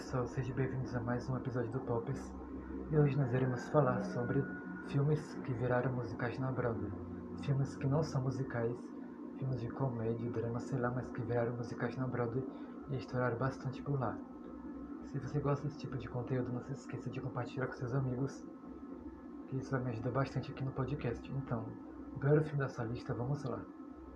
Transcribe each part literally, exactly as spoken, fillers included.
pessoal, sejam bem-vindos a mais um episódio do Pops. E hoje nós iremos falar sobre filmes que viraram musicais na Broadway. Filmes que não são musicais, filmes de comédia, drama, sei lá, mas que viraram musicais na Broadway e estouraram bastante por lá. Se você gosta desse tipo de conteúdo, não se esqueça de compartilhar com seus amigos, que isso vai me ajudar bastante aqui no podcast. Então, o primeiro filme dessa lista, vamos lá.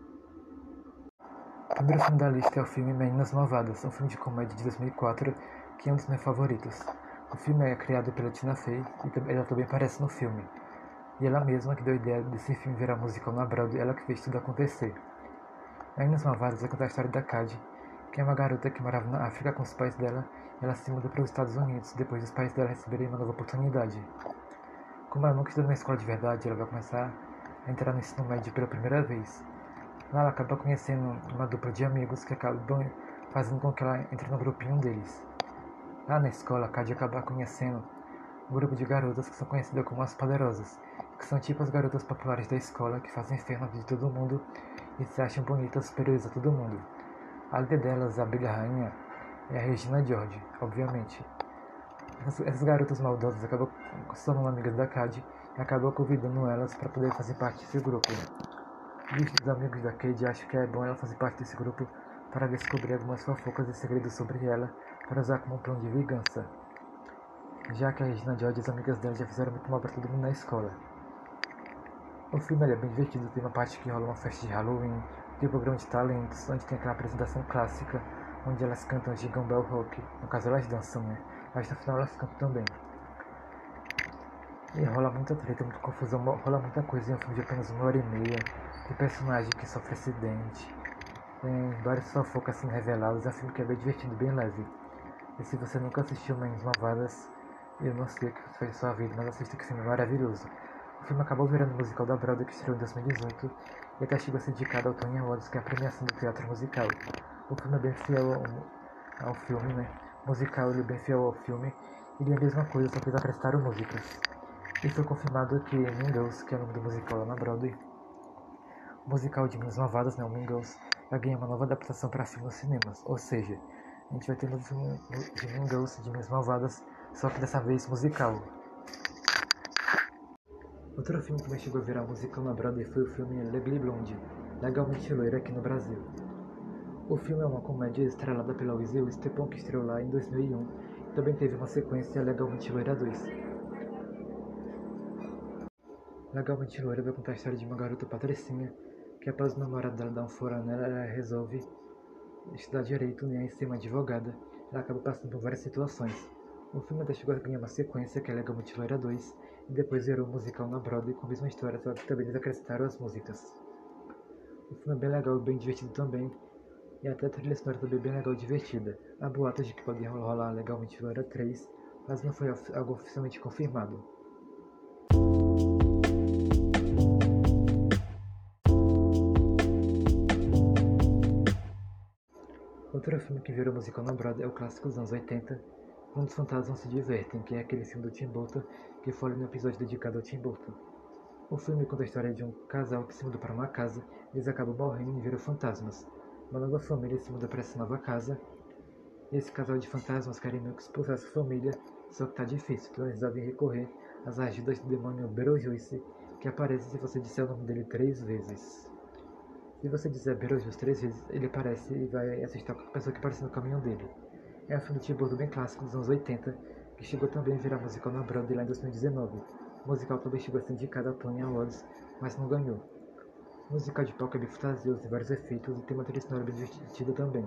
O primeiro filme da lista é o filme Meninas Malvadas, um filme de comédia de dois mil e quatro que é um dos meus favoritos. O filme é criado pela Tina Fey e ela também aparece no filme. E ela mesma que deu a ideia desse filme virar musical na Broadway, ela que fez tudo acontecer. Meninas Malvadas vai contar a história da Cady, que é uma garota que morava na África com os pais dela e ela se muda para os Estados Unidos depois dos pais dela receberem uma nova oportunidade. Como ela nunca estudou numa escola de verdade, ela vai começar a entrar no ensino médio pela primeira vez. Lá ela acaba conhecendo uma dupla de amigos que acabam fazendo com que ela entre no grupinho deles. Lá na escola, a Cady acaba conhecendo um grupo de garotas que são conhecidas como as Poderosas, que são tipo as garotas populares da escola que fazem fé na vida de todo mundo e se acham bonitas, superiores a todo mundo. A líder delas, a abelha rainha, é a Regina George, obviamente. Essas, essas garotas maldosas acabam se tornando amigas da Cady e acabam convidando elas para poder fazer parte desse grupo. E os amigos da Cady acham que é bom ela fazer parte desse grupo para descobrir algumas fofocas e segredos sobre ela para usar como um plano de vingança. Já que a Regina George e as amigas dela já fizeram muito mal para todo mundo na escola. O filme é bem divertido, tem uma parte que rola uma festa de Halloween, tem um programa de talentos, onde tem aquela apresentação clássica, onde elas cantam Jingle Bell Rock. No caso elas dançam, né? Mas no final elas cantam também. E rola muita treta, muita confusão, rola muita coisa em um filme de apenas uma hora e meia. Tem personagem que sofre acidente, tem várias fofocas sendo reveladas. É um filme que é bem divertido, bem leve. E se você nunca assistiu Meninas Malvadas, eu não sei o que faz sua vida, mas assista, que filme maravilhoso. O filme acabou virando musical da Broadway, que estreou em dois mil e dezoito e até chegou a ser indicado ao Tony Awards, que é a premiação do teatro musical. O filme é bem fiel ao, ao filme, né? O musical ele é bem fiel ao filme, ele é a mesma coisa, só que eles acrescentaram músicas. E foi confirmado que Mean Girls, que é o nome do musical lá na Broadway, o musical de Meninas Malvadas, né, o Mean Girls, vai ganhar uma nova adaptação para filme nos cinemas. Ou seja, a gente vai ter um novo filme de Mean Girls, de Meninas Malvadas, só que dessa vez musical. Outro filme que também chegou a virar musical na Broadway foi o filme Legally Blonde, Legalmente Loira, aqui no Brasil. O filme é uma comédia estrelada pela Reese Witherspoon, que estreou lá em dois mil e um, e também teve uma sequência, Legalmente Loira dois. Legalmente Loira vai contar a história de uma garota patricinha que, após o namorado dela dar um fora nela, ela resolve estudar direito, né, e ser uma advogada. Ela acaba passando por várias situações. O filme até chegou a ganhar uma sequência, que é Legalmente Loira dois, e depois virou um musical na Broadway com a mesma história, só que também eles acrescentaram as músicas. O filme é bem legal e bem divertido também, e até a trilha sonora também é bem legal e divertida. Há boatos de que pode rolar Legalmente Loira três, mas não foi algo oficialmente confirmado. Outro filme que virou musical na Broadway é o clássico dos anos oitenta, Quando os Fantasmas se Divertem, que é aquele filme do Tim Burton que foi no episódio dedicado ao Tim Burton. O filme conta a história de um casal que se muda para uma casa, eles acabam morrendo e viram fantasmas. Uma nova família se muda para essa nova casa, e esse casal de fantasmas querem meio que expulsar essa família, só que tá difícil, então eles resolvem recorrer às ajudas do demônio Beetlejuice, que aparece se você disser o nome dele três vezes. Se você disser Beetlejuice três vezes, ele aparece e vai assustar qualquer pessoa que aparecer no caminho dele. É um filme de Tim Burton bem clássico dos anos oitenta, que chegou também a virar musical na Broadway lá em dois mil e dezenove. O musical também chegou a ser indicado ao Tony Awards, mas não ganhou. O musical de palco é bem fantasioso, tem vários efeitos e tem uma trilha sonora bem divertida também.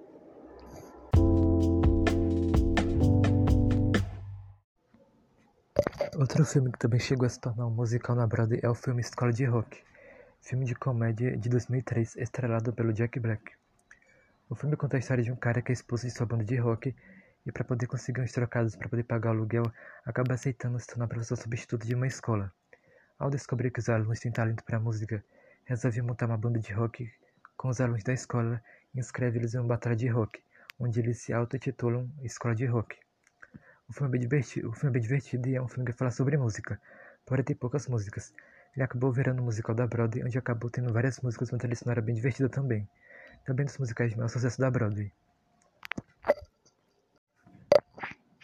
Outro filme que também chegou a se tornar um musical na Broadway é o filme Escola de Rock, filme de comédia de dois mil e três, estrelado pelo Jack Black. O filme conta a história de um cara que é expulso de sua banda de rock e, para poder conseguir uns trocados para poder pagar o aluguel, acaba aceitando se tornar professor substituto de uma escola. Ao descobrir que os alunos têm talento para música, resolve montar uma banda de rock com os alunos da escola e inscreve eles em uma batalha de rock, onde eles se auto-intitulam Escola de Rock. O filme, é bem divertido, o filme é bem divertido e é um filme que fala sobre música, porém tem poucas músicas. Ele acabou virando um musical da Broadway, onde acabou tendo várias músicas, uma trilha sonora bem divertida também. Também dos musicais de maior sucesso da Broadway.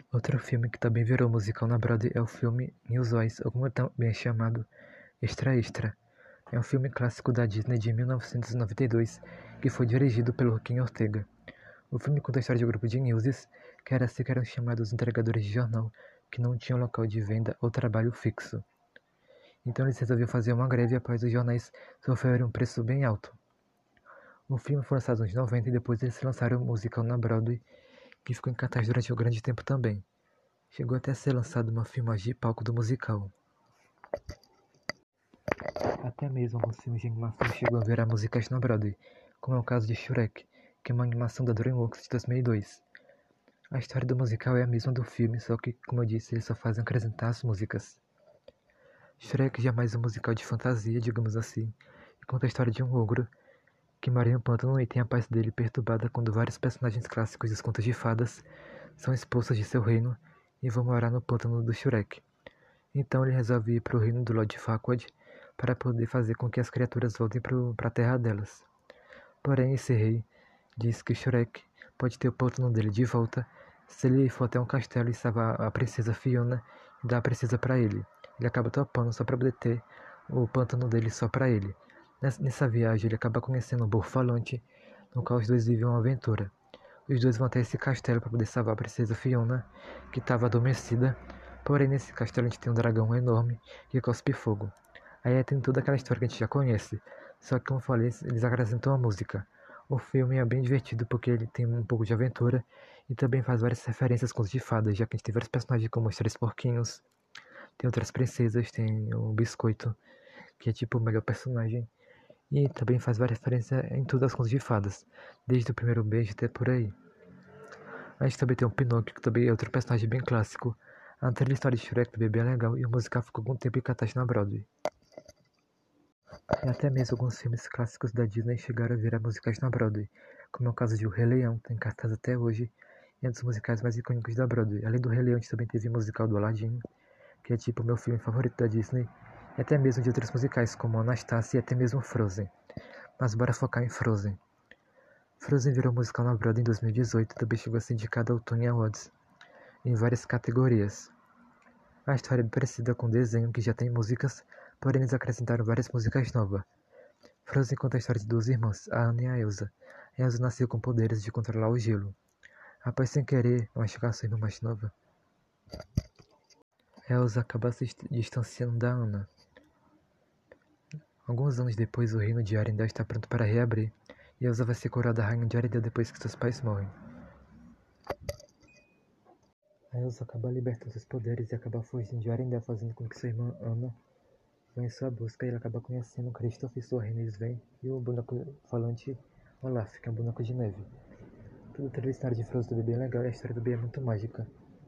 Outro filme que também virou musical na Broadway é o filme Newsboys, ou como também é chamado, Extra Extra. É um filme clássico da Disney de mil novecentos e noventa e dois que foi dirigido pelo Ken Ortega. O filme conta a história de um grupo de newsies que era assim que eram chamados entregadores de jornal, que não tinham local de venda ou trabalho fixo. Então eles resolveram fazer uma greve após os jornais sofrerem um preço bem alto. O filme foi lançado nos noventa e depois eles lançaram um musical na Broadway, que ficou em cartaz durante um grande tempo também. Chegou até a ser lançado uma filmagem de palco do musical. Até mesmo alguns filmes de animação chegam a virar musicais na Broadway, como é o caso de Shrek, que é uma animação da DreamWorks de dois mil e dois. A história do musical é a mesma do filme, só que, como eu disse, eles só fazem acrescentar as músicas. Shrek já é mais um musical de fantasia, digamos assim, e conta a história de um ogro que mora em um pântano e tem a paz dele perturbada quando vários personagens clássicos dos contos de fadas são expulsos de seu reino e vão morar no pântano do Shrek. Então ele resolve ir para o reino do Lord Farquaad para poder fazer com que as criaturas voltem para a terra delas. Porém, esse rei diz que Shrek pode ter o pântano dele de volta se ele for até um castelo e salvar a princesa Fiona e dar a princesa para ele. Ele acaba topando só para poder ter o pântano dele só para ele. Nessa viagem ele acaba conhecendo um burro falante, no qual os dois vivem uma aventura. Os dois vão até esse castelo para poder salvar a princesa Fiona, que estava adormecida. Porém, nesse castelo a gente tem um dragão enorme que cospe fogo. Aí tem toda aquela história que a gente já conhece, só que como eu falei, eles acrescentam a música. O filme é bem divertido porque ele tem um pouco de aventura e também faz várias referências com os de fadas, já que a gente tem vários personagens como os Três Porquinhos, tem outras princesas, tem o Biscoito, que é tipo o melhor personagem, e também faz várias referências em todas as contas de fadas, desde o primeiro beijo até por aí. A gente também tem o Pinóquio, que também é outro personagem bem clássico. A trilha história de Shrek também é bem legal e o musical ficou algum tempo em cartaz na Broadway. E até mesmo alguns filmes clássicos da Disney chegaram a virar musicais na Broadway, como é o caso de O Rei Leão, que tem cartaz até hoje, e é um dos musicais mais icônicos da Broadway. Além do Rei Leão, a gente também teve o musical do Aladdin, que é tipo o meu filme favorito da Disney, e até mesmo de outros musicais, como Anastasia e até mesmo Frozen. Mas bora focar em Frozen. Frozen virou musical na Broadway em dois mil e dezoito e também chegou a ser indicado ao Tony Awards, em várias categorias. A história é parecida com o desenho, que já tem músicas, porém eles acrescentaram várias músicas novas. Frozen conta a história de duas irmãs, a Anna e a Elsa. A Elsa nasceu com poderes de controlar o gelo. Após sem querer machucar sua irmã mais nova, Elsa acaba se distanciando da Anna. Alguns anos depois, o reino de Arendelle está pronto para reabrir, e Elsa vai ser coroada rainha de Arendelle depois que seus pais morrem. A Elsa acaba libertando seus poderes e acaba fugindo de Arendelle, fazendo com que sua irmã Anna vá em sua busca e ela acaba conhecendo Kristoff e sua reina Sven e o boneco falante Olaf, que é um boneco de neve. Toda a trilha história de Frozen é bem legal e a história também é muito mágica.